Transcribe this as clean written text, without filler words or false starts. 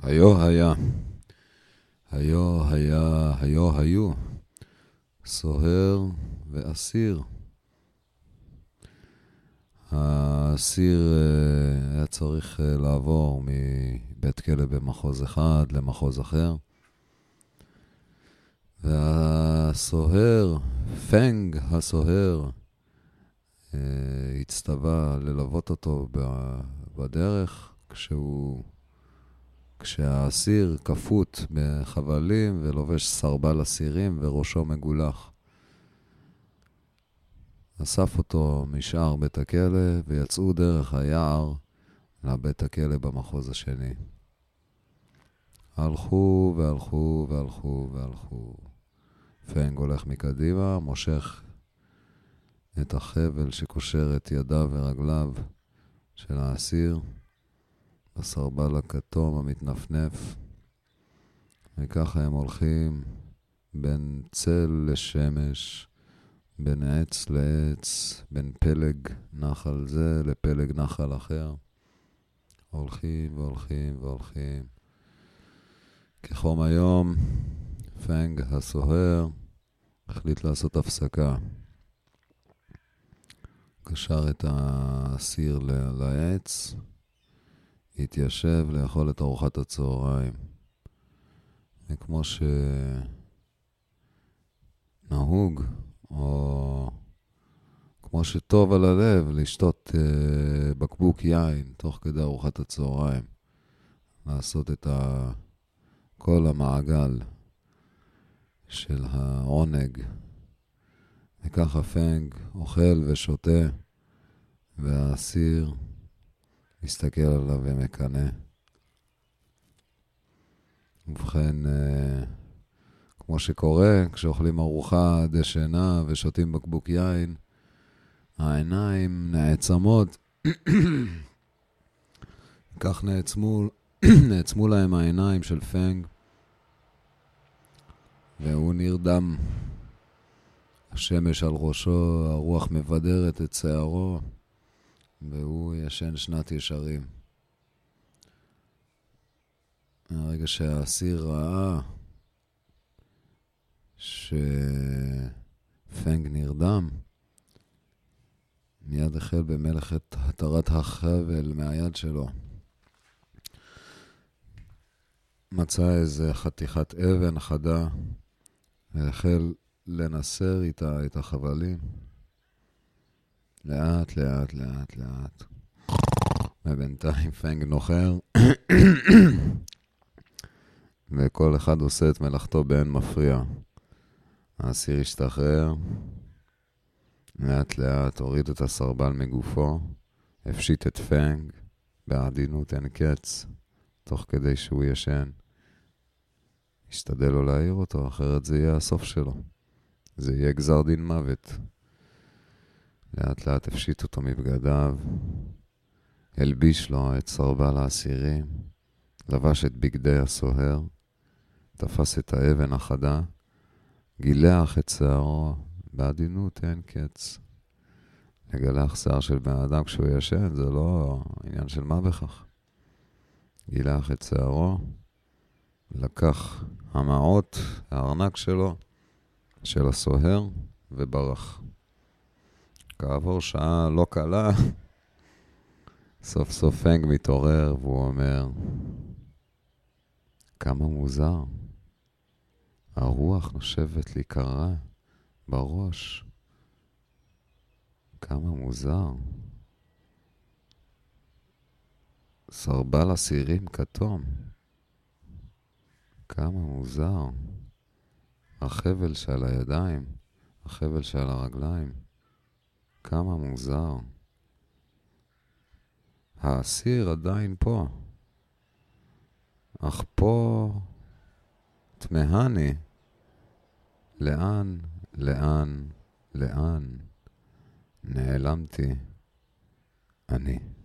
היו סוהר ואסיר. האסיר היה צריך לעבור מבית כלא במחוז אחד למחוז אחר, והסוהר, פנג הסוהר, הצטווה ללוות אותו בדרך כשהאסיר כפות בחבלים ולובש סרבל אסירים וראשו מגולח. אסף אותו משער בית הכלא ויצאו דרך היער לבית הכלא במחוז השני. הלכו והלכו והלכו והלכו. פנג הולך מקדימה, מושך את החבל שקושר את ידיו ורגליו של האסיר בסרבל הכתום המתנפנף, וככה הם הולכים בין צל לשמש, בין עץ לעץ, בין פלג נחל זה לפלג נחל אחר. הולכים והולכים והולכים. כחום היום, פנג הסוהר החליט לעשות הפסקה. קשר את האסיר לעץ, התיישב לאכול את ארוחת הצהריים. וכמו שנהוג, או כמו שטוב על הלב, לשתות בקבוק יין תוך כדי ארוחת הצהריים, לעשות את כל המעגל של העונג. וככה פנג אוכל ושותה, והאסיר מסתכל עליו ומקנה. ובכן, כמו שקורה, כשאוכלים ארוחה דשנה ושותים בקבוק יין, העיניים נעצמות. כך נעצמו להם העיניים של פנג, והוא נרדם. השמש על ראשו, הרוח מבדרת את שערו, והוא ישן שנת ישרים. הרגע שהאסיר ראה שפנג נרדם, מיד החל במלאכת התרת החבל מהיד שלו. מצא איזה חתיכת אבן חדה, והחל לנסר איתה את החבלים. לאט, לאט, לאט, לאט. ובינתיים פנג נוחר, וכל אחד עושה את מלאכתו באין מפריע. האסיר השתחרר, לאט לאט הוריד את הסרבל מגופו, הפשיט את פנג בעדינות אין קץ, תוך כדי שהוא ישן. השתדל לו להעיר אותו, אחרת זה יהיה הסוף שלו. זה יהיה גזר דין מוות. לאט לאט הפשיט אותו מבגדיו, הלביש לו את סרבל האסירים, לבש את בגדי הסוהר, תפס את האבן החדה, גילח את שערו בעדינות אין קץ. לגלח שיער של בן אדם כשהוא ישן זה לא עניין של מה בכך. גילח את שערו, לקח המעות, הארנק שלו, של הסוהר, וברח. כעבור שעה לא קלה, סוף סוף פנג מתעורר והוא אומר, כמה מוזר. הרוח נושבת לי קרה בראש. כמה מוזר. סרבל אסירים כתום. כמה מוזר. החבל שעל הידיים, החבל שעל הרגליים. כמה מוזר. האסיר עדיין פה. אך פה תמהני. לאן, לאן, לאן נעלמתי אני.